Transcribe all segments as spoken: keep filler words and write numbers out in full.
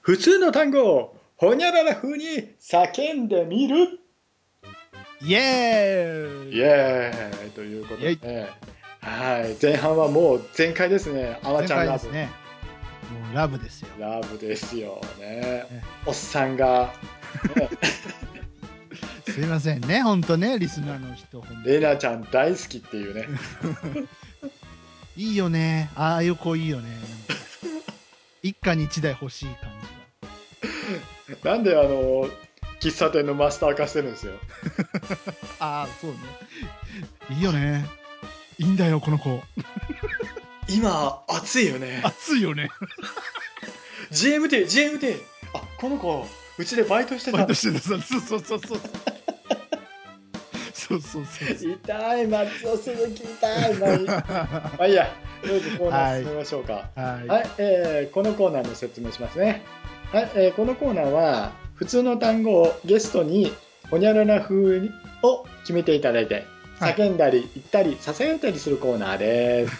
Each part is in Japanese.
普通の単語をほにゃらら風に叫んでみる。 イエーイイエーイということで、ね、はい前半はもう全開ですね。あまちゃんラブ、 ね、もうラブですよ。 ラブですよね。ねおっさんが、ね、 すいませんね本当ねリスナーの人レナちゃん大好きっていうねいいよねああいう子いいよね。一家に一台欲しい感じがなんであの喫茶店のマスター化してるんですよああそうねいいよねいいんだよこの子今暑いよね熱いよねジーエムティー、ジーエムティー あ、この子うちでバイトしてたバイトしてたそうそうそうそうそうそうそう痛い松尾鈴木痛いまあいいまあいいやとりあえずコーナー進めましょうか。 はい、 はい、えーこのコーナーの説明しますね。はい、えーこのコーナーは普通の単語をゲストにほにゃらら風を決めていただいて叫んだり言ったりささやいたりするコーナーです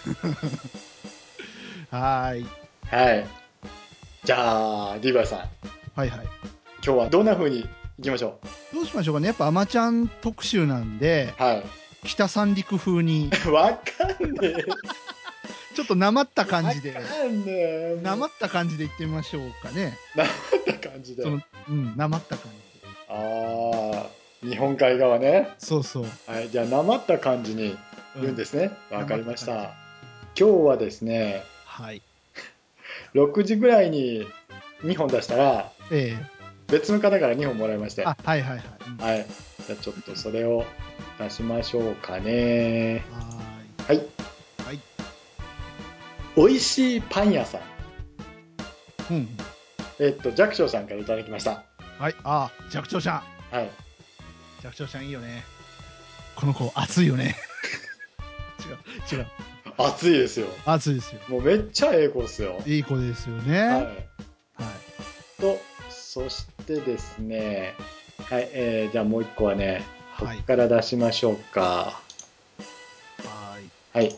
はいはいじゃあディーバイさん、 はいはい今日はどんな風にいきましょどうしましょうかね。やっぱあまちゃん特集なんで、 う。はい北三陸風にわかんねえちょっとなまった感じでわかんねえなまった感じでいってみましょうかね。 なまった感じでそのうんなまった感じでああ日本海側ね。 そうそうはいじゃあなまった感じに言うんですね。わ、 うん、 かりました。 なまった今日はですねはいろくじぐらいににほん出したらええ別の方からにほんもらいまして、 あはいはいはい、うん、 はいじゃあちょっとそれを出しましょうかね。はいはいおいしいパン屋さん、 うんえっと寂聴さんからいただきました。 はいあ寂聴ちゃんはい寂聴ちゃんいいよねこの子熱いよね違う違う暑いですよ。 熱いですよもうめっちゃええ子ですよ。 いい子ですよねはいはいとそしてですねはい、えー、じゃあもう一個はねこはいっから出しましょうか。 はいはい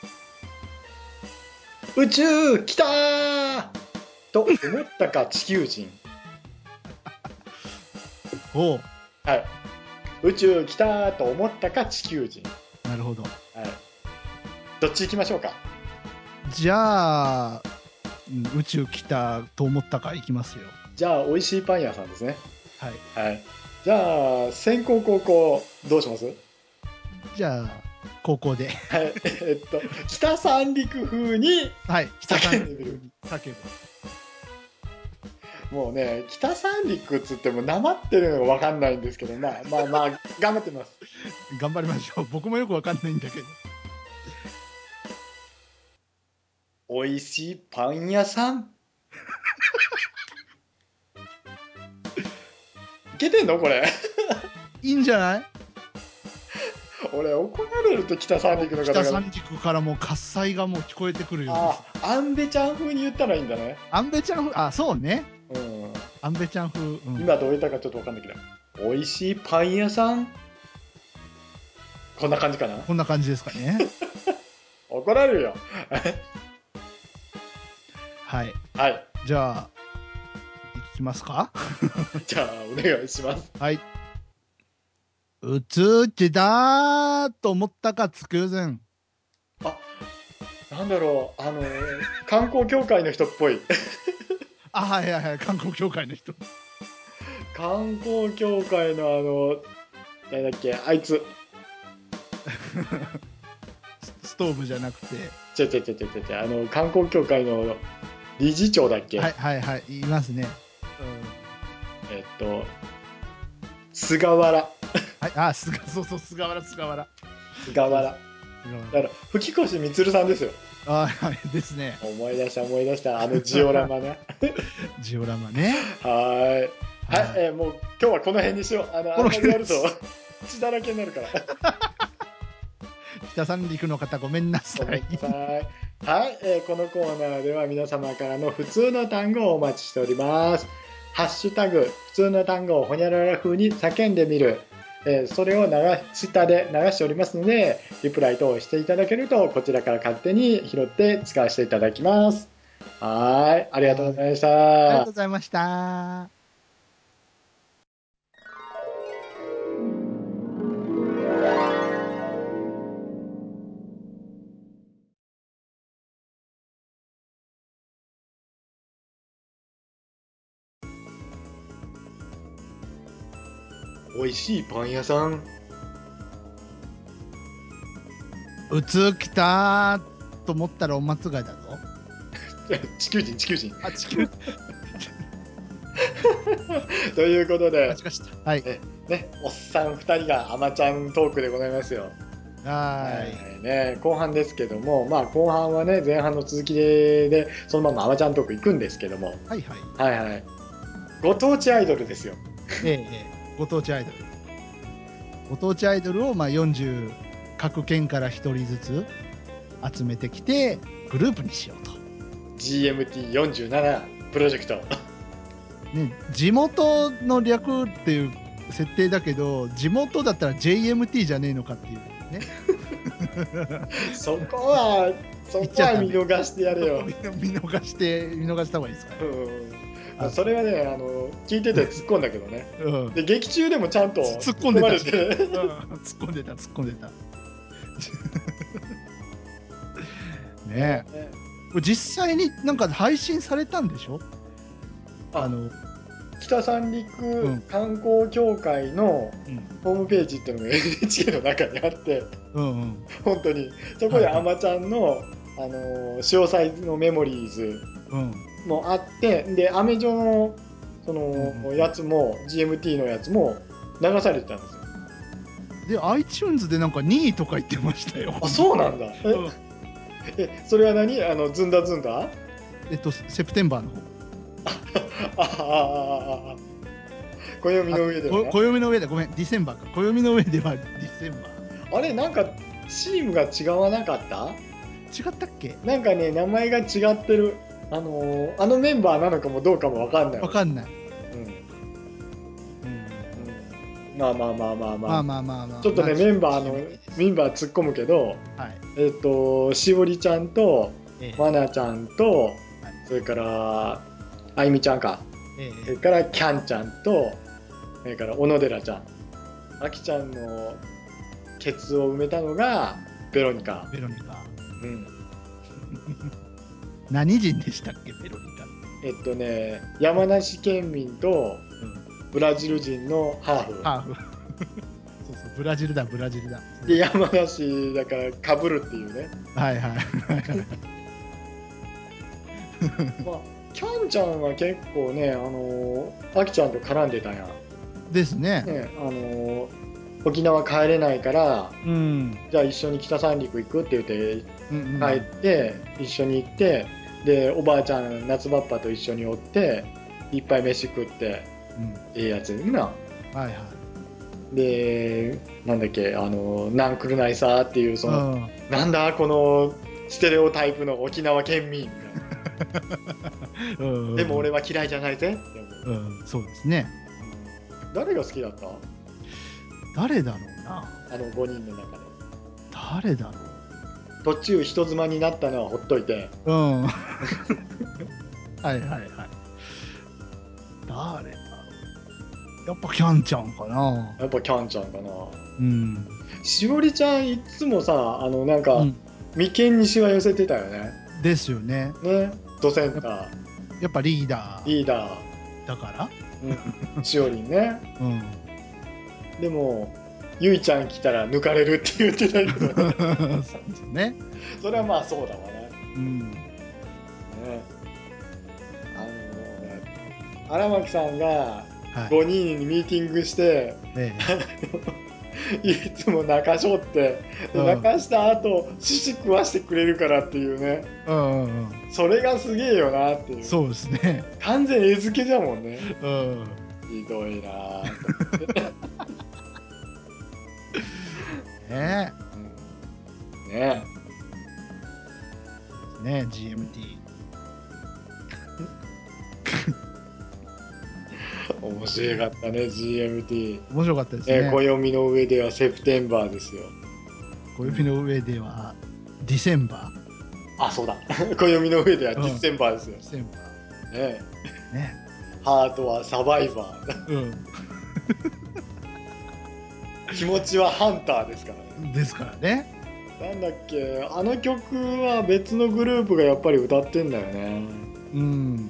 宇宙来たーと思ったか地球人おうはい宇宙来たーと思ったか地球人、 なるほどはい、どっち行きましょうか。 じゃあうん宇宙来たと思ったかいきますよ。 じゃあおいしいパン屋さんですね。 はいはいじゃあ先攻後攻どうします。 じゃあ高校ではいえっと北三陸風にはい北三陸叫んでみる。 叫ぶもうね北三陸っつってもなまってるのが分かんないんですけどまあまあまあ頑張ってます。 頑張りましょう僕もよくわかんないんだけどおいしいパン屋さんいけてんのこれいいんじゃない。 俺怒られると北三陸の方が北三陸からもう喝采がもう聞こえてくるようです。 ああんべちゃん風に言ったらいいんだね。 アンベちゃん風あそうねうんアンベちゃん風、うん、 今どう言ったかちょっと分かんないけどおいしいパン屋さんこんな感じかな。 こんな感じですかね怒られるよはいはいじゃあいきますかじゃあお願いします。 はいうつきだと思ったかつくずんあなんだろうあの観光協会の人っぽいあはいはいはい観光協会の人観光協会のあの誰だっけあいつストーブじゃなくてちょちょちょちょちょあの観光協会の理事長だっけ、 はいはいはい言いますね、 うん、えっと菅原はいあすがそうそう菅原菅原菅原だから吹越充さんですよ。 あはいですね思い出した思い出したあのジオラマねジオラマねはいはい、えー、もう今日はこの辺にしよう。あのあんまりやると血だらけになるから北三陸の方ごめんなさいごめんなさい。はい、えー、このコーナーでは皆様からの普通の単語をお待ちしております。ハッシュタグ普通の単語をほにゃらら風に叫んでみる、えー、それを流下で流しておりますのでリプライ等をしていただけるとこちらから勝手に拾って使わせていただきます。 はーい、ありがとうございましありがとうた。 ございました。 美味しいパン屋さん。 うつ来たと思ったらお間違いだぞ。 地球人、地球人。 あ、地球、 ということで、 間違えした。はい。 えね、おっさんふたりがあまちゃんトークでございますよ。 ははいね、後半ですけども、まあ、後半はね、前半の続きで、でそのままあまちゃんトーク行くんですけども、 い。はいはい。 はいはい。ご当地アイドルですよ。 ええ、ええ、ご当地アイドル。ご当地アイドルをまあよんじゅう各県からひとりずつ集めてきてグループにしようと。 ジーエムティーよんじゅうなな プロジェクト。 ね、地元の略っていう設定だけど、地元だったら ジェイエムティー じゃねえのかっていうね。 そこは、そこは見言っちゃダメ。 逃してやれそこよ。 見見逃して、見逃した方がいいですかうん、 ら。 それはね、あの聞いてて突っ込んだけどね。 うん。 で、劇中でもちゃんと突っ突っ込ま込んでたし。 れてね。 うん。突っ込んでた、突っ込んでた。ねえ。これ実際になんか配信されたんでしょ？ああ、 の、 北三うん。 陸観光協会のうん。 ホームページっていうのが エヌエイチケー の中にあって、 うんうん。 本当に、そこはいはい。 であまちゃんの、あのー詳細のメモリーズうん。 もあって、で、アメジョのそうんうのんやつも、ジーエムティー のやつも流されてたんですよ。 うん。で、iTunes でなんかにいとか言ってましたよ。 あ、そうなんだ。え、 うん。 えそれは何あの、ずんだずんだえっと、セプテンバーの方。 あああああ暦あ、 の上ではな。 こ暦の上で、ごめん、ディセンバーか。暦の上ではディセンバあれ、なんか、チームが違わなかった？ ー。違ったっけ？ なんかね、名前が違ってる。あのーあのメンバーなのかもどうかもわかんない、俺。 わかんない。 うん。うん。 うん。 まあまあまあまあまあ。 まあまあまあまあ、 ちょっとね、 まあ、 メンバージーエムティーの、 です。 メンバー突っ込むけど、 はい。 えっと、しおりちゃんと、 ええ。 まなちゃんと、 はい。 それから、あゆみちゃんか。 えそれえ。 から、キャンちゃんと、それから、小野寺ちゃん。あきちゃんのケツを埋めたのが、ベロニカ。 ベロニカ。 うん。 何人でしたっけ、ベロニカって。 えっとね、山梨県民とうん。 ブラジル人のハーフ。 ハーフ。そうそう、ブラジルだ、ブラジルだ。そうで、 だ。 山梨だからかぶるっていうね。 はいはい。 まあ、キャンちゃんは結構ね、あのー、アキちゃんと絡んでたやん。 ですね。 ね、あのー、沖縄帰れないから、 うん。 じゃあ一緒に北三陸行くって言ってうんうんう帰っん。 て、一緒に行って、で、おばあちゃん、夏バッパと一緒におって、いっぱい飯食って、 うん。 ええやつやな。 はいはい。 で、なんだっけ、あの、なんくるないさっていう、その、 うん。 なんだ、このステレオタイプの沖縄県民みたいな。 うんうんうん。 でも俺は嫌いじゃないぜって思う。 うん、そうですね。 うん、誰が好きだった？ 誰だろうな。 あのごにんの中で。 誰だろ途中人妻になったのはほっといて。 う。うん。はいはいはい。誰だろう。やっぱキャンちゃんかな。 やっぱキャンちゃんかな。 うん。 しおりちゃんいつもさ、あのなんかうん。 眉間にしわ寄せてたよね。 ですよね。 ね。ドセンやっター、 やっぱリーダリーダー、 ーだから。 うん、しおりんね。 うん。 でも、ゆいちゃん来たら抜かれるって言ってたけどね。 そうですね。 それはまあそうだわね。 うん。 ね。あのー、荒牧さんがはい。 ごにんにミーティングして、 ええ。 いつも泣かしょって、で泣うん。 かした後、寿司食わしてくれるからっていうね。 うんうんうん。 それがすげえよなっていう。 そうですね。 完全餌付けだもんね。 うん。 ひどいなぁと。 ねうん、ねえ。ね、 え。うん、 ジーエムティー。 面白かったね、ジーエムティー。 面白かったですね、 ね。 暦の上ではセプテンバーですよ。うん、 小指の上ではディセンバー。 あ、そうだ暦の上ではディセンバーですよ、 ディセンバね、 ーね。 ハートはサバイバーうん気持ちはハンターですからね。 ですからね。 なんだっけ、あの曲は別のグループがやっぱり歌ってんだよね。 うんうん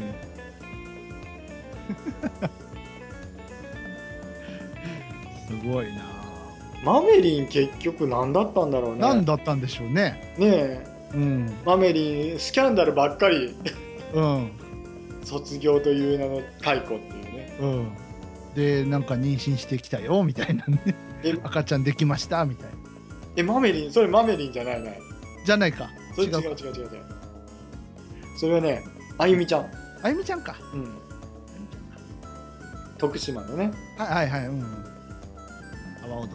すごいな。 マメリン結局何だったんだろうね。 何だったんでしょうね。 ねえ、 うんマメリンスキャンダルばっかりうん卒業という名の解雇っていうね。 うんでなんか妊娠してきたよみたいなね。 え赤ちゃんできましたみたいな。 えマメリン、それマメリンじゃないね。 じゃないか。 それ違う違う違う違う。それはね、あゆみちゃん。 あゆみちゃんか。 うん。 あゆみちゃんか。 徳島のね。 はいはいはい。うんうん。阿波踊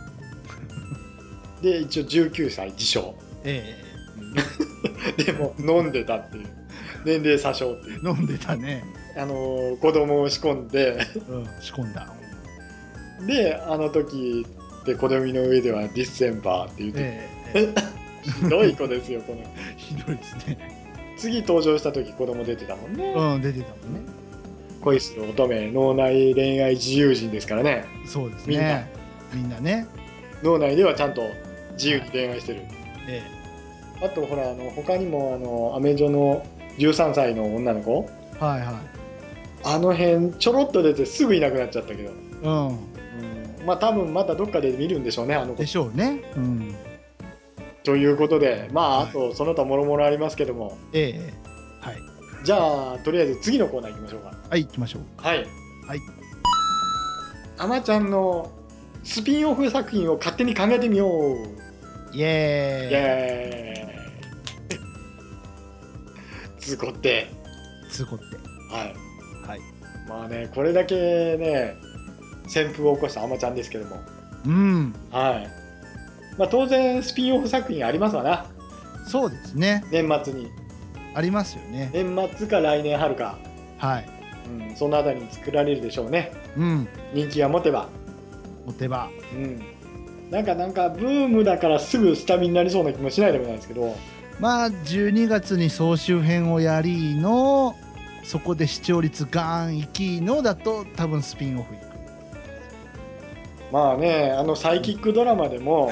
り。 で、一応じゅうきゅうさい自称。 えでも飲んでたっていう。年齢詐称っていう。 え飲んでたね。 あのー子供を仕込んでうん仕込んだ。 で、あの時で暦の上ではディッセンバーって言って、 ええええひどい子ですよ、この。 ひどいですね。 次登場した時子供出てたもんね。 うん出てたもんね。 恋する乙女、脳内恋愛自由人ですからね。 そうですみんなね。みんなね。 脳内ではちゃんと自由に恋愛してる。 えあとほら、あの他にもあのアメ女のじゅうさんさいの女の子、 えはいはい。 あの辺ちょろっと出てすぐいなくなっちゃったけど、 うんうんまあ多分またどっかで見るんでしょうね、あの子。 でしょうね。うんということで、まああはいとその他もろもろありますけども、 ええはいじゃあとりあえず次のコーナー行きましょうか。 はい行きましょう。 はい。 はいあまちゃんのスピンオフ作品を勝手に考えてみよう。 イイエエーイ。つこって。 ーイつうこってはい。 はいまあね、これだけね、旋風を起こしたあまちゃんですけども。 うんはい。まあ当然スピンオフ作品ありますわな。 そうですね年末に。 ありますよね。 年末か来年春か。 はいうん、そのあたりに作られるでしょうね。 うん人気が持てば。 持てばうん。なんかなんかブームだからすぐ下火になりそうな気もしないでもないですけど。 まあじゅうにがつに総集編をやりのそこで視聴率ガーンいきのだと多分スピンオフいく。 まあね、あのサイキックドラマでも、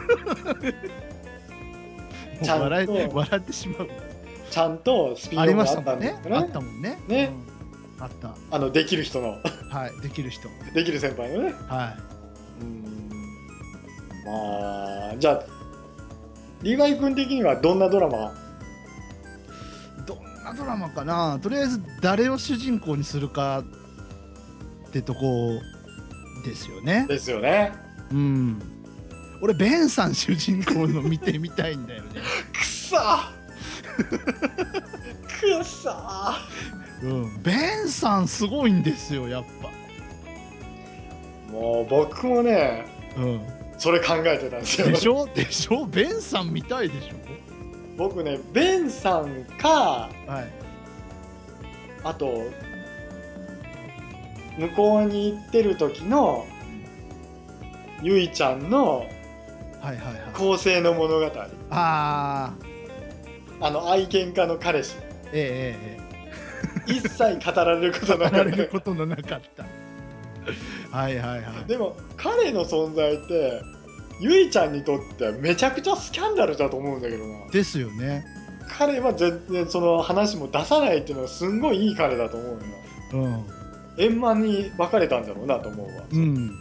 ちゃん笑とい笑ってしまう。 ちゃんとスピンオフありましがあったんでたもんね。あっすからね。 たもんね。 ね、 うんあったあのできる人のはいできる人できる先輩のね。 はうんまあじゃあリヴァイ君的にはどんなドラマ？ いどんなドラマかな。とりあえず誰を主人公にするかってとこですよね。 ですよね。 うん俺ベンさん主人公の見てみたいんだよね。 くそくそうんベンさんすごいんですよやっぱ。 もう僕もねうんそれ考えてたんですよ。 でしょでしょベンさん見たいでしょ。 僕ねベンさんか、 はいあと向こうに行ってる時のゆいちゃんのはいはいはい更生の物語、 あああの愛犬家の彼氏、 えええ一切語られることえ語られなかったることのなかったはいはいはいでも彼の存在ってゆいちゃんにとってはめちゃくちゃスキャンダルだと思うんだけどな。 ですよね。 彼は全然その話も出さないっていうのはすんごいいい彼だと思うよ。 うん円満に別れたんだろうなと思うわ。 うん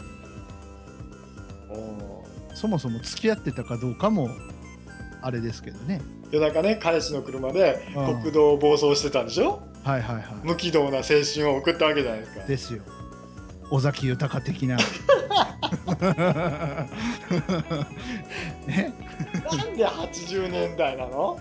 おそもそも付き合ってたかどうかもあれですけどね。 夜中ね彼氏の車でうん国道を暴走してたんでしょ。 はいはいはい無軌道な青春を送ったわけじゃないですか。 ですよ尾崎豊的なねなんではちじゅうねんだいなの？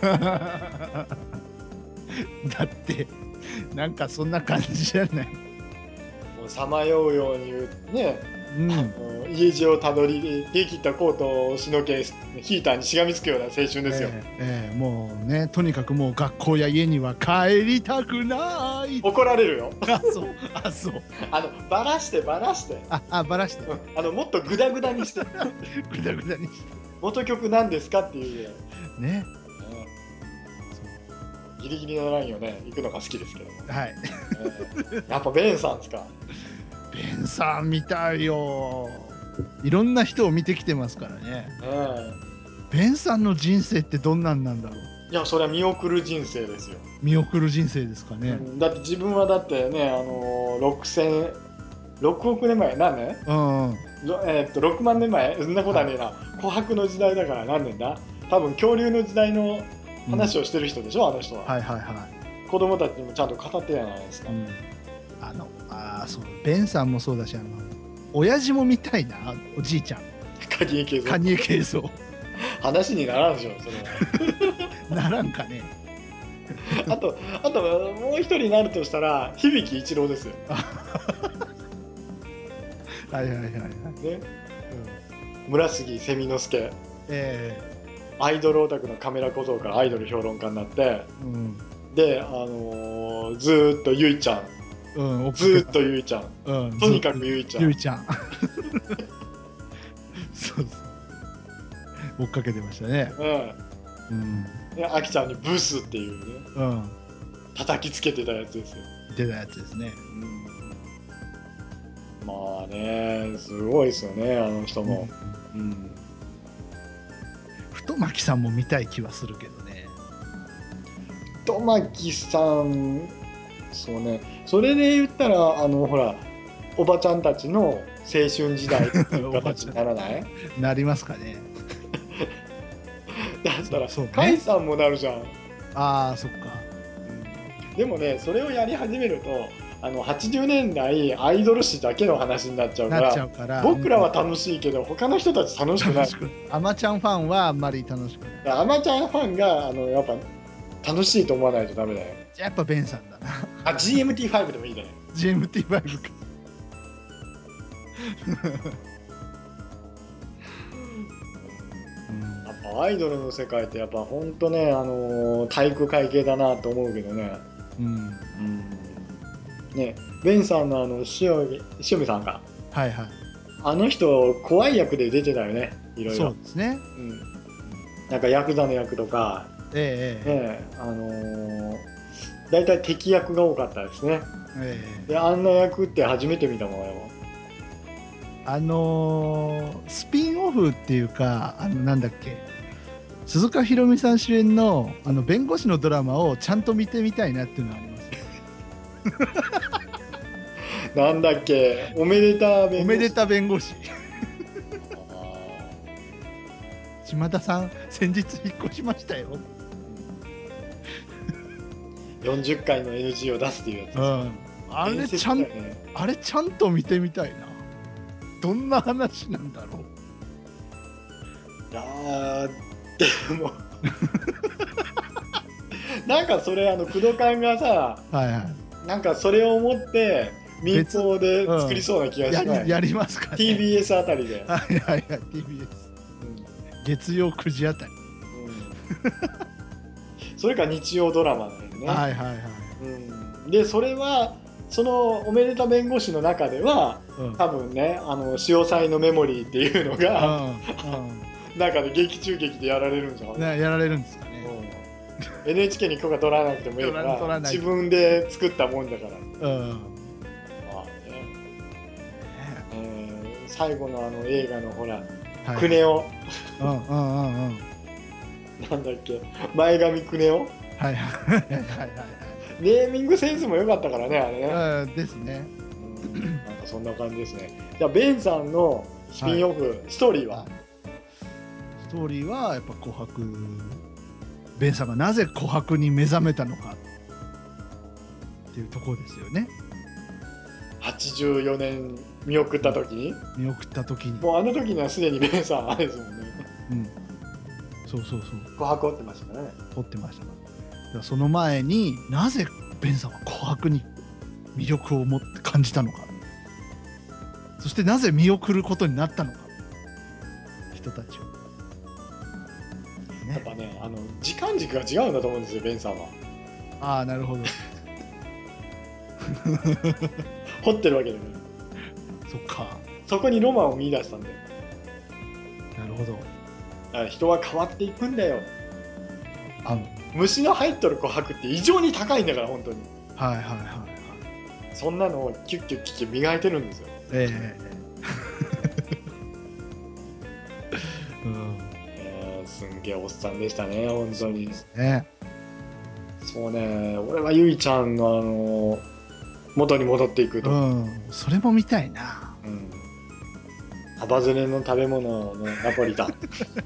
だってなんかそんな感じじゃない。 もうさまようようにね、 うんあの家路をたどりできたコートを押しのけヒーターにしがみつくような青春ですよ。 ええええもうねとにかくもう学校や家には帰りたくない。 怒られるよ。 あそうあそうあのバラしてバラして、 ああバラして、 うん、あのもっとグダグダにしてぐだぐだにして元曲なんですかっていうねギリギリのラインをね行くのが好きですけども、 はいえーやっぱベンさんですか。 ベンさん見たいよ。いろんな人を見てきてますからね。 えベンさんの人生ってどんなんなんだろう。 いやそれは見送る人生ですよ、 見送る人生ですかね。 うん、だって自分はだってね、あのー、ろくせんろくおく年前何年、 うんうん。 ろえーっとろくまん年前、そんなことはねえな、琥珀の時代だから何年だ、多分恐竜の時代の話をしてる人でしょ、あの人は。 はいはいはい。 子供たちにもちゃんと語ってるじゃないですか、 うん、あのああそうベンさんもそうだし、あの親父も見たいな、おじいちゃんカニエ系カニエ系像話にならんでしょそれは。 ならんかね。 あとあともう一人になるとしたら響一郎ですよ、 はいはいはいはい。 ね、 うん、 村杉セミ之助、 えアイドルオタクのカメラ小僧からアイドル評論家になって、 えー、うんで、あのーずーっとゆいちゃん、 うん追っかけずーっとゆいちゃん、 うんとにかくゆいちゃん、 ゆいちゃんそうそう追っかけてましたね。 ね、 うんであきちゃんにブスっていうねうん叩きつけてたやつですよ、 出たやつですね。 うん、まあねすごいですよねあの人も、 うんうん、 太巻さんも見たい気はするけどね。 とまきさん、そうね、それで言ったらあのほらおばちゃんたちの青春時代っていう形にならない？ なりますかね。 だったらそうそうね甲斐さんもなるじゃん、 ああそっか。 うん、でもねそれをやり始めるとあのはちじゅうねんだいアイドル誌だけの話になっちゃうかなっちゃらうから、 僕らは楽しいけど他の人たち楽しくない。 楽しくアマちゃんファンはあんまり楽しくない。 アマちゃんファンがあのやっぱ楽しいと思わないとダメだよ。 じゃあやっぱベンさんだな。 あ ジーエムティーファイブ でもいいね。 ジーエムティーファイブ か。 やっぱアイドルの世界ってやっぱほんとね、あのー体育会系だなと思うけどね。 うんうんね、ベンさんのあの塩見塩見さんがはいはい。 あの人怖い役で出てたよね、いろいろ。 そうですね。 うん、なんかヤクザの役とか、 えええね、あのー、大体敵役が多かったですね。 ええで、 えあんな役って初めて見たもんよ。 あのースピンオフっていうか、あのなんだっけ、鈴鹿ひろみさん主演のあの弁護士のドラマをちゃんと見てみたいなっていうのはあります。 なんだっけ、おめでた弁護士。 おめでた弁護士。 あ島田さん先日引っ越しましたよ。 ーよんじゅっかいの エヌジー を出すっていうやつです。 うん、あれ伝ちゃん、 説だよね。 あれちゃんと見てみたいな。どんな話なんだろう。 いやーでもなんかそれあの工藤官がさ、 はいはい。 なんかそれを思って民別、 放でうん、 作りそうな気がしない、 やりやりますかね。 ティービーエス あたりで、 はいはいはい。ティービーエス 月曜くじあたり。 うんうん、それか日曜ドラマだよね、 はいはいはい。 うん、でそれはそのおめでた弁護士の中ではうん多分ねあの潮騒のメモリーっていうのがうんうん中で劇中劇でやられるんじゃん、 ね、やられるんですかね。 うん、エヌエイチケー に許可取らなくてもいいか取ら取ららないと。 自分で作ったもんだから、まうん。 あね、えー最後のあの映画のほら、 はい、 クネオうんうんうんうん。 なんだっけ、前髪クネオ、 はいはいはいはいはいネーミングセンスも良かったからねあれね、 はい。うんですね。 うんなんかそんな感じですね。じゃあベンさんのスピンオフ、ストーリーは、 ストーリーはやっぱ琥珀、ベンさんがなぜ琥珀に目覚めたのかっていうところですよね。 はちじゅうよねん見送った時に、 見送った時に。 もうあの時にはすでにベンさんあれですもんね、 うん。そうそうそう。 琥珀折ってましたからね。 掘ってましたから。だからその前になぜベンさんは琥珀に魅力を持って感じたのか。そしてなぜ見送ることになったのか。人たちを。 やっぱねあの時間軸が違うんだと思うんですよベンさんは。 ああ、なるほど。 掘ってるわけだから、 そっか。 そこにロマンを見出したんで、 なるほど。 だから人は変わっていくんだよ、 あ、 虫の入っとる琥珀って異常に高いんだから本当に。 はいはいはいはい。 そんなのをキュッキュッキュッキュッ磨いてるんですよ。 ええうん、 えー、すんげえおっさんでしたね本当に。 ね、 そうね、俺はゆいちゃんのあの元に戻っていくと、 うん、それも見たいな。 うん、アバズレの食べ物のナポリタン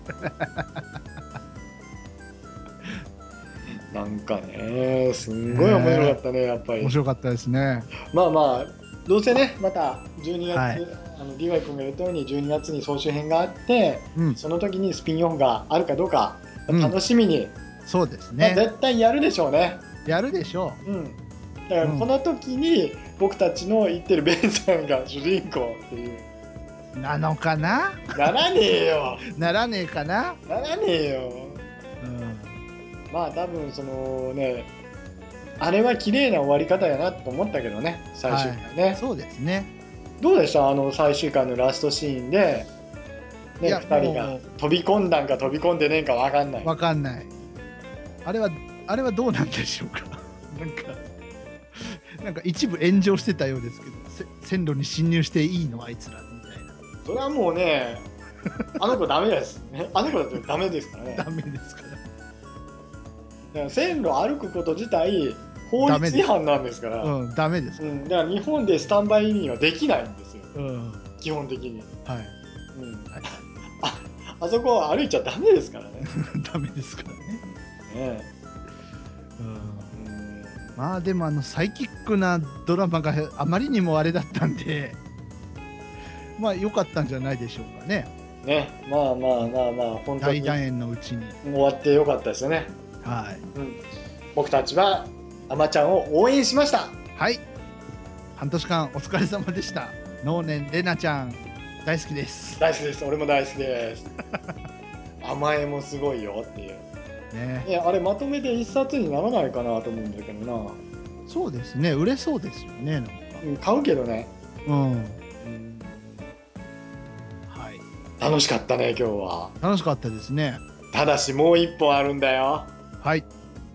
なんかねすんごい面白かったねやっぱり。 面白かったですね。 まあまあどうせねまたじゅうにがつ、 はい、 あの ディーワイ 君が言ったようにじゅうにがつに総集編があって、 うん、 その時にスピンオフがあるかどうかうん、 楽しみに、 そうですまあ、 ね。 絶対やるでしょうね。 やるでしょうん、だからこの時に僕たちの言ってるベンさんが主人公っていう。 う。なのかな。 ならねえよならねえかな。 ならねえよ。 うん、 まあ多分そのねあれは綺麗な終わり方やなと思ったけどね最終回ね、 はい、そうですね。 どうでしたあの最終回のラストシーンで、ね、 いやふたりがも飛び込んだんか飛び込んでねえんか分かんなうい。 わかんない。あれはあれはどうなんでしょうか。なんかなんか一部炎上してたようですけど、せ線路に侵入していいのあいつらみたいな。 それはもうねあの子ダメですあの子だってダメですからね。 ダメですから。 だから線路歩くこと自体法ダメです。 律違反なんですから、 うん、ダメですかうん、だから日本でスタンバイ移民はできないんですよら。うん、 基本的に、 はい、 うん、 はい、 あ, あそこは歩いちゃダメですからね。 ダメですからね。 ねうん、 え、うんまあでもあのサイキックなドラマがあまりにもあれだったんで、まあ良かったんじゃないでしょうかね。 ね、まあまあまあまあ本当に大団円のうちに。 終わってよかったですよね、 はい。 うん、僕たちはあまちゃんを応援しました。 はい。半年間お疲れ様でした。能年レナちゃん大好きです。 大好きです。俺も大好きです。甘えもすごいよっていう。 ね。 ね、あれまとめて一冊にならないかなと思うんだけどな。 そうですね。売れそうですよね。なんか。 うん、買うけどね。 うん。 うん、 はい。 楽しかったね今日は。 楽しかったですね。 ただしもう一本あるんだよ。 はい。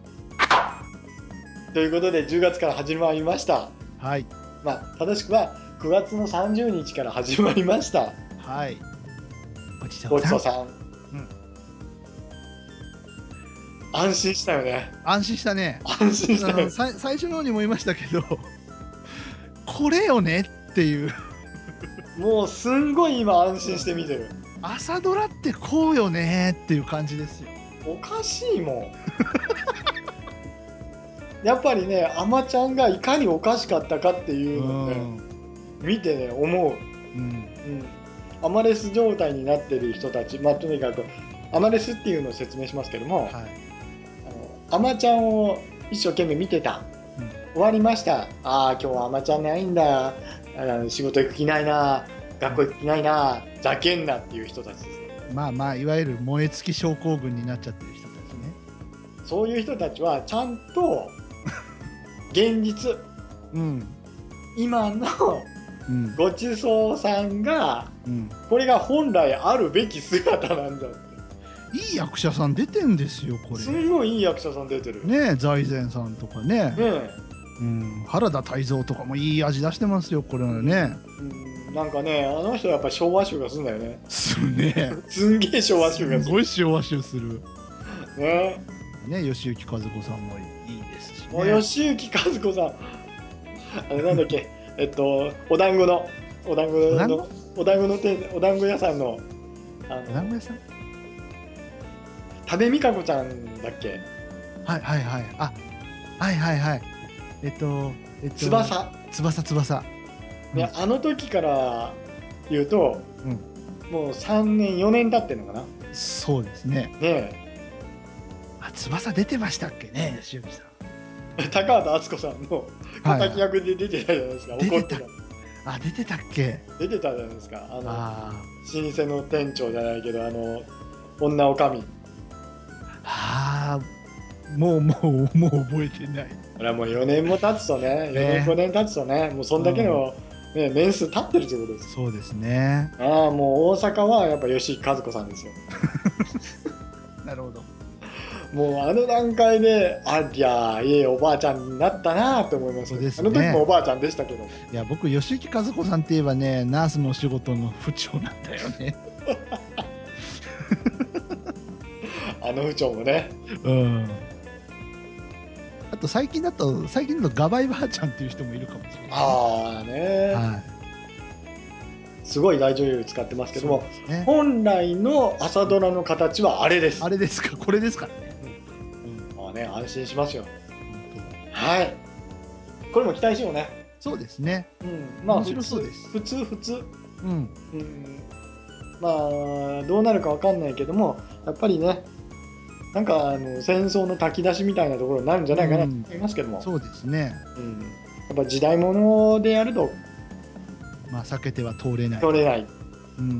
ということでじゅうがつから始まりました。 はい。 まあ正しくはくがつのさんじゅうにちから始まりました。 はい。ごちそごうさん。 ちそうさん。 うん。 安心したよね。 安心したね。 安心したよね。 あのさ最初の方にも言いましたけど、これよねっていう。 もうすんごい今安心して見てる。 朝ドラってこうよねっていう感じですよ。 おかしいもん。やっぱりね、あまちゃんがいかにおかしかったかっていううのをね、 ん。 見てね、思う。 うん。 うん。アマレス状態になってる人たち、まあ、とにかく、アマレスっていうのを説明しますけども、 はい。 あの、アマちゃんを一生懸命見てた。 うん。 終わりました。ああ、今日はアマちゃんないんだ。あー仕事行く気ないな。学校行く気ないな。ざけんなっていう人たちです。 まあまあいわゆる燃え尽き症候群になっちゃってる人たちね。 そういう人たちはちゃんと現実、 うん。 今のうん。 ごちそうさんがうん。 これが本来あるべき姿なんだって。 いい役者さん出てんですよこれ。 すんごいいい役者さん出てる。 ねえ財前さんとかね。 ねえ、 うん。原田泰造とかもいい味出してますよこれはね。 うん、なんかねあの人やっぱ昭和臭がするんだよね。 すね。 すんげえ昭和臭がすごするい昭和臭する。 ね。 ね吉行和子さんもいいですしもうね。 吉行和子さんあれなんだっけえっとお団子のお団子のお団子？ お団子の店お団子屋さんのあお団の子屋さん？ 多部未華子ちゃんだっけ。 はいはいはい。あ、はいはいはい。えっとえっと翼翼翼。うんね、あの時から言うとうん。 もうさんねんよねん経ってんのかな。 そうですね。 ねあ、翼出てましたっけね吉行さん。 え高畑敦子さんのはいはい敵役で出てたじゃないですか。 出てた。 怒ってたあ、出てたっけ。 出てたじゃないですか。あのあ老舗の店長じゃないけどあの女おかみ。 あ。ああ、もうもうもう覚えてない。 これはもうよねんも経つとねよねんね。 ごねん経つとねもうそんだけうん。 の、ね、年数経ってるってことですよ。 そうですね。 ああもう大阪はやっぱ吉井和子さんですよ。 なるほど。 もうあの段階でありゃいいおばあちゃんになったなと思います。 そうですね。 あの時もおばあちゃんでしたけど。 いや僕吉行和子さんって言えばねナースのお仕事の不調なんだよね。 あの不調もね。 うん。あと最近だと最近だとガバイばあちゃんっていう人もいるかもしれない、ね。 ああね、 はい。すごい大女優使ってますけども、 ね、 本来の朝ドラの形はあれです。 あれですか、これですからね。 うん、まあね、安心しますよ。はい。これも期待しようね。 そうですね。 うん、まあ面白そうです。 普通普通。 うん。うん、 まあどうなるかわかんないけども、やっぱりね、なんかあの戦争の炊き出しみたいなところになるんじゃないかなと思いますけども。うん、 そうですね。 うん、やっぱ時代物でやると。 まあ避けては通れない。 通れない。 うん。うん、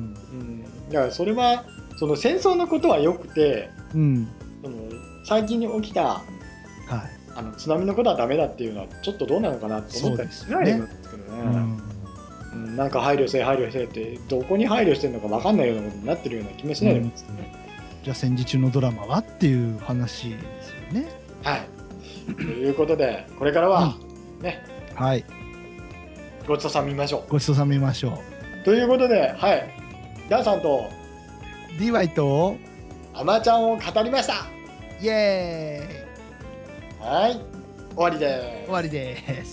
だからそれはその戦争のことはよくて、 うん、その最近に起きた、はい、あの津波のことはダメだっていうのはちょっとどうなのかなと思ったりするんですけどね。うん、なんか配慮せえ配慮せえってどこに配慮してるのか分かんないようなことになってるような気もしないでもですね。 うん、じゃあ戦時中のドラマはっていう話ですよね。 はい。ということでこれからは、うん、ね。 はい。 ごちそうさん見ましょう。 ごちそうさん見ましょう。ということで、はい。ダンさんとディーワイ とアマちゃんを語りました。 イエーイ。はい。終わりです。 終わりです。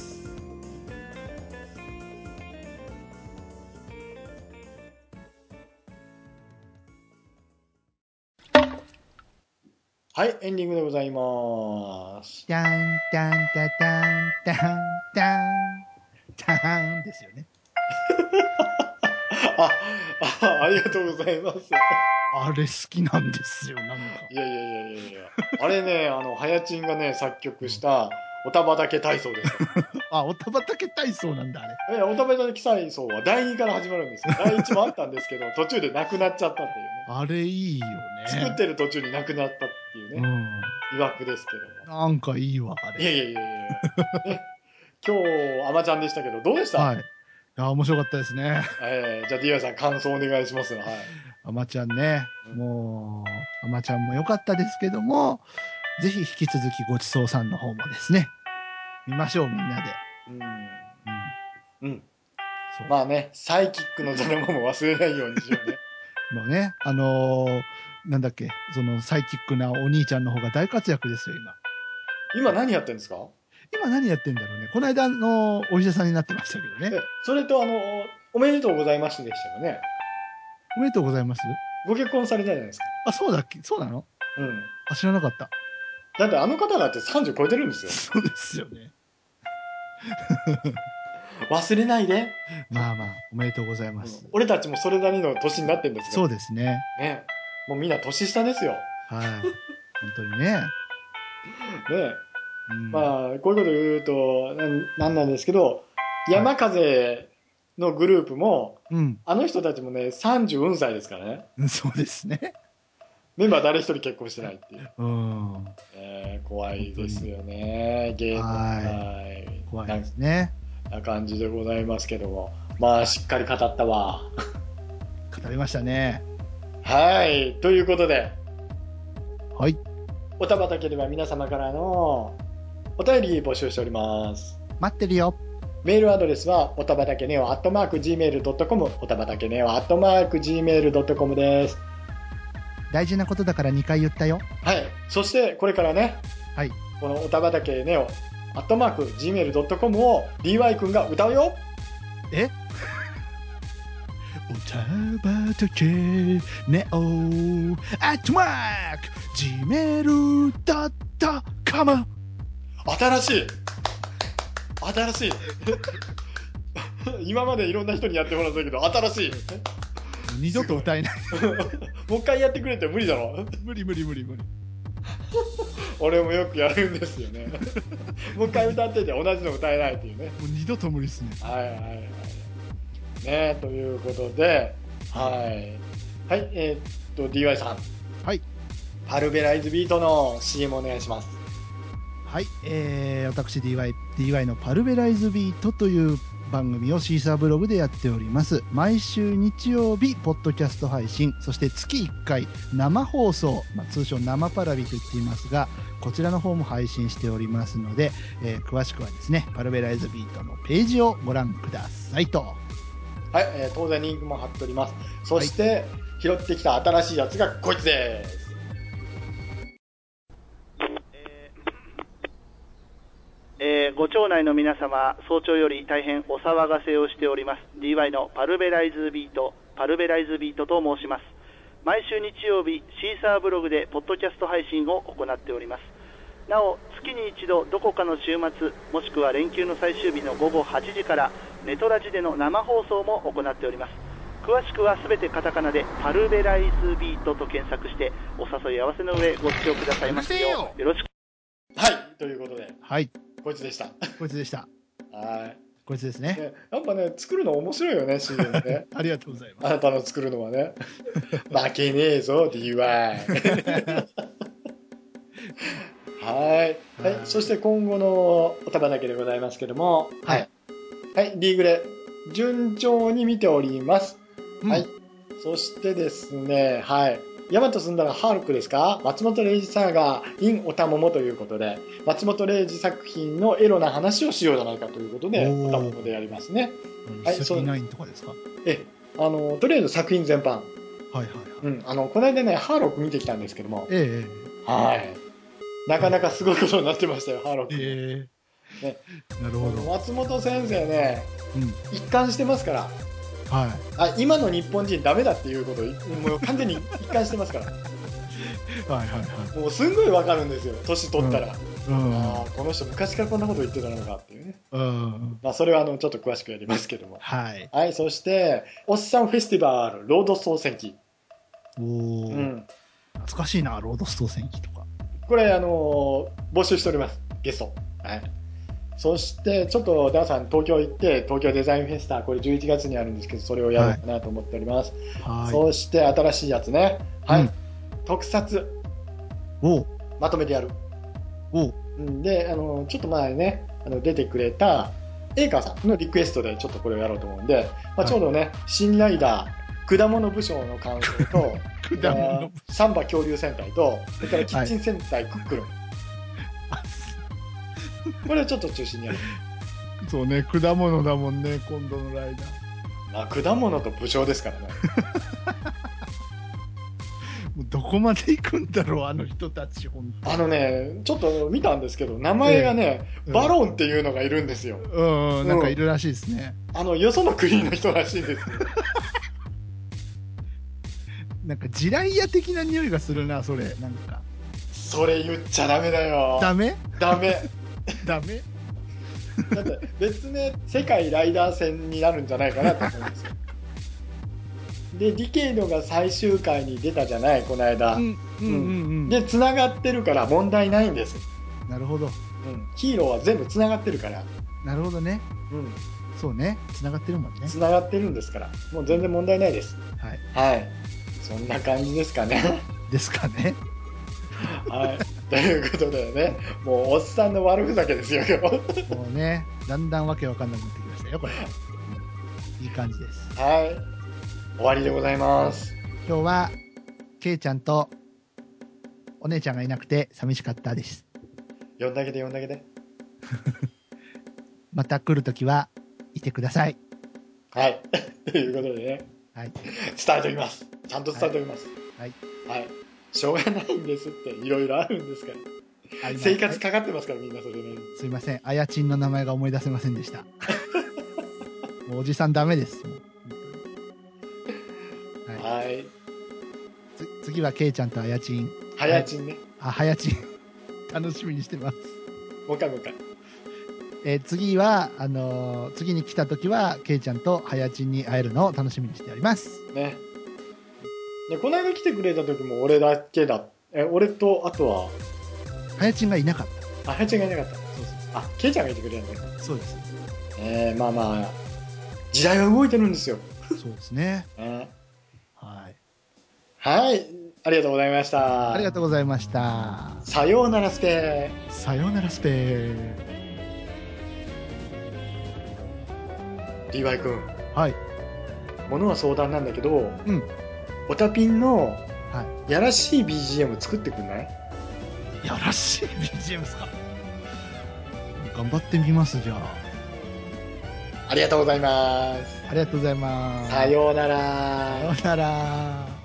はい、エンディングでございます。 タンタンタタンタンタンタンですよね。 ああ、ありがとうございます。 あれ好きなんですよ、なんか。 いやいやいやいやいや。あれね、あの、はやちんがね、作曲したおたばたけ体操です。 あ、おたばたけ体操なんだ、あれ。 え、おたばたけ体操はだいにから始まるんですよ。だいいちもあったんですけど、途中でなくなっちゃったっていうね。 あれいいよね。 作ってる途中になくなったっていうね。うん、曰くですけども。なんかいいわ、あれ。 いやいやいやいや。ね、今日、あまちゃんでしたけど、どうでした？ はい。あ、面白かったですね。 えー、じゃあ ディーワイ さん感想お願いします。はい。 あまちゃんね、うん、もうあまちゃんも良かったですけども、ぜひ引き続きごちそうさんの方もですね見ましょう、みんなで。 うん、うんうん、まあね、サイキックのドラマも忘れないようにしようね。 もうね、あのー、なんだっけ、そのサイキックなお兄ちゃんの方が大活躍ですよ、今。 今何やってるんですか？ 今何やってんだろうね。この間のお医者さんになってましたけどね。 それとあのおめでとうございますでしたよね。 おめでとうございます。 ご結婚されたじゃないですか。 あ、そうだっけ、そうなの？ うん。 あ、知らなかった。 だってあの方だってさんじゅう超えてるんですよ。 そうですよね。 忘れないで。 まあまあ、おめでとうございます。 うん、俺たちもそれなりの年になってるんですよ。 そうですね。 ね。もうみんな年下ですよ。 はい。本当にね。 ね、うん、まあこういうこと言うとな、なんなんですけど、山風のグループも、うん、あの人たちもねさんじゅうよんさいですからね。 そうですね。 メンバー誰一人結婚してないっていう。 うん、 えー、怖いですよね、芸能界。 怖いですね。 な感じでございますけども、まあしっかり語ったわ。 語りましたね。 はい、ということで、 はい。 おたばたけでは皆様からのお便り募集しております。 待ってるよ。 メールアドレスはおたばたけネオアットマークジーメールドットコム、おたばたけネオアットマークジーメールドットコムです。 大事なことだからにかい言ったよ。 はい。そしてこれからね、 はい、 このおたばたけネオアットマークジーメールドットコムを ディーワイ 君が歌うよ。 え？おたばたけネオアットマークジーメールドットコム。 新しい新しい今までいろんな人にやってもらったけど新しい。 二度と歌えないもう一回やってくれって無理だろ。 無理無理無理無理。 俺もよくやるんですよね。もう一回歌ってて同じの歌えないっていうね。 もう二度と無理ですね。 はいはいはいね、ということで、はいはい、えー、っと ディーワイ さん、 はい、 パルベライズビートの シーエム お願いします。 はい、えー、私 ディーワイ, ディーワイ のパルベライズビートという番組をシーサーブログでやっております。毎週日曜日ポッドキャスト配信、そして月いっかい生放送、まあ、通称生パラビと言っていますが、こちらの方も配信しておりますので、えー詳しくはですねパルベライズビートのページをご覧くださいと。 はい、えー当然リンクも貼っております。そして、拾ってきた新しいやつがこいつです。 えーご町内の皆様、早朝より大変お騒がせをしております ディーワイ のパルベライズビートパルベライズビートと申します。毎週日曜日シーサーブログでポッドキャスト配信を行っております。なお月に一度どこかの週末もしくは連休の最終日の午後はちじからネトラジでの生放送も行っております。詳しくはすべてカタカナでパルベライズビートと検索してお誘い合わせの上ご視聴くださいますようよろしく。 はい、ということで、 はい、 こいつでした。 こいつでした。 はい。 こいつですね。 ね、やっぱね、作るの面白いよね、シーエム ね。 ありがとうございます。 あなたの作るのはね。負けねえぞ、ディーワイ。はい。はい。そして今後のおたばだけでございますけども、はい。はい、リーグで順調に見ております。 うん、 はい。そしてですね、はい。ヤマト住んだらハルクですか？松本零士サーガー in おたももということで、松本零士作品のエロな話をしようじゃないかということで、 おーおたももでやりますね。 はい、スリーナインとかですか？ え、あの、とりあえず作品全般。 はいはいはい。 うん、あの、この間ね、ハーロック見てきたんですけども、 ええはい。なかなかすごいことになってましたよ、ハーロック。 ええね、 なるほど。 松本先生ね、 うん、 一貫してますから。 はい。 あ、今の日本人ダメだっていうことをもう完全に一貫してますから。 はいはいはい。 もうすんごいわかるんですよ、年取ったら。 うん、 ああ、この人昔からこんなこと言ってたのかっていうね。 うん、 まあ、それはあのちょっと詳しくやりますけども。 はい。 はい、そして、おっさんフェスティバル、ロード総選挙。 おお、 うん。 懐かしいな、ロードストー戦記とか。 これ、あのー募集しております、ゲスト。はい。そして、ちょっと、ダーさん、東京行って、東京デザインフェスタ、これじゅういちがつにあるんですけど、それをやろうかなと思っております。 はい。 そして、新しいやつね。はい。 うん、 特撮、 おまとめてやる。 おうんで、あの、ちょっと前ね、あの出てくれた、エイカーさんのリクエストでちょっとこれをやろうと思うんで、まあ、ちょうどね、新ライダー、果物武将の感想と、 果物サンバ恐竜戦隊と、それからキッチン戦隊クックルン。これをちょっと中心にやる。 そうね、果物だもんね、今度のライダー。 まあ、果物と武将ですからね。 もうどこまで行くんだろう、あの人たち、本当。 あのね、ちょっと見たんですけど、名前がね、ええ、バロンっていうのがいるんですよ。 うん、うん、なんかいるらしいですね。 あの、よその国の人らしいんですよ。 なんか地雷屋的な匂いがするな、それ、なんか。 それ言っちゃダメだよ。 ダメダメ。 ダメだって別名世界ライダー戦になるんじゃないかなと思うんですよ。で、ディケイドが最終回に出たじゃない、この間。 うんうんうんうん。 で、繋がってるから問題ないんです。 なるほど。 うん。ヒーローは全部繋がってるから。 なるほどね。 うん。 そうね。繋がってるもんね。 繋がってるんですから。もう全然問題ないです。 はい。 はい。そんな感じですかね。 ですかね。 はい。ということでね、もうおっさんの悪ふざけですよ、今日。 もうね、だんだんわけわかんなくなってきましたよ、これ。いい感じです。 はい。終わりでございます。 今日は、ケイちゃんとお姉ちゃんがいなくて寂しかったです。 呼んだけで呼んだけで。 また来るときはいてください。 はい。ということでね。 はい。 伝えておきます。ちゃんと伝えておきます。 はい。 はい。しょうがないんですって、いろいろあるんですから。生活かかってますから、みんなそれね。 すいません。あやちんの名前が思い出せませんでした。もうおじさんダメです。 はい。はい、 次はケイちゃんとあやちん。 はやちんね。 あ、はやちん。楽しみにしてます。 もう一回もう一回。 えー、次は、あのー、次に来た時は、ケイちゃんとはやちんに会えるのを楽しみにしております。 ね。で、この間来てくれた時も俺だけだ。え、俺と、あとは、 はやちんがいなかった。 あ、はやちんがいなかった。そうそう。あ、ケイちゃんがいてくれるんだよ。 そうです。 えー、まあまあ、時代は動いてるんですよ。 そうですね。 ね、 はい。 はい。ありがとうございました。 ありがとうございました。 さようならスペー。 さようならスペー。 ディーワイ 君、 はい。 ものは相談なんだけど、 うん。 オタピンのはやらしい ビージーエム 作ってくんない？ い。やらしい ビージーエム ですか。頑張ってみますじゃあ。 ありがとうございます。 ありがとうございます。 さようなさよら。 うなら。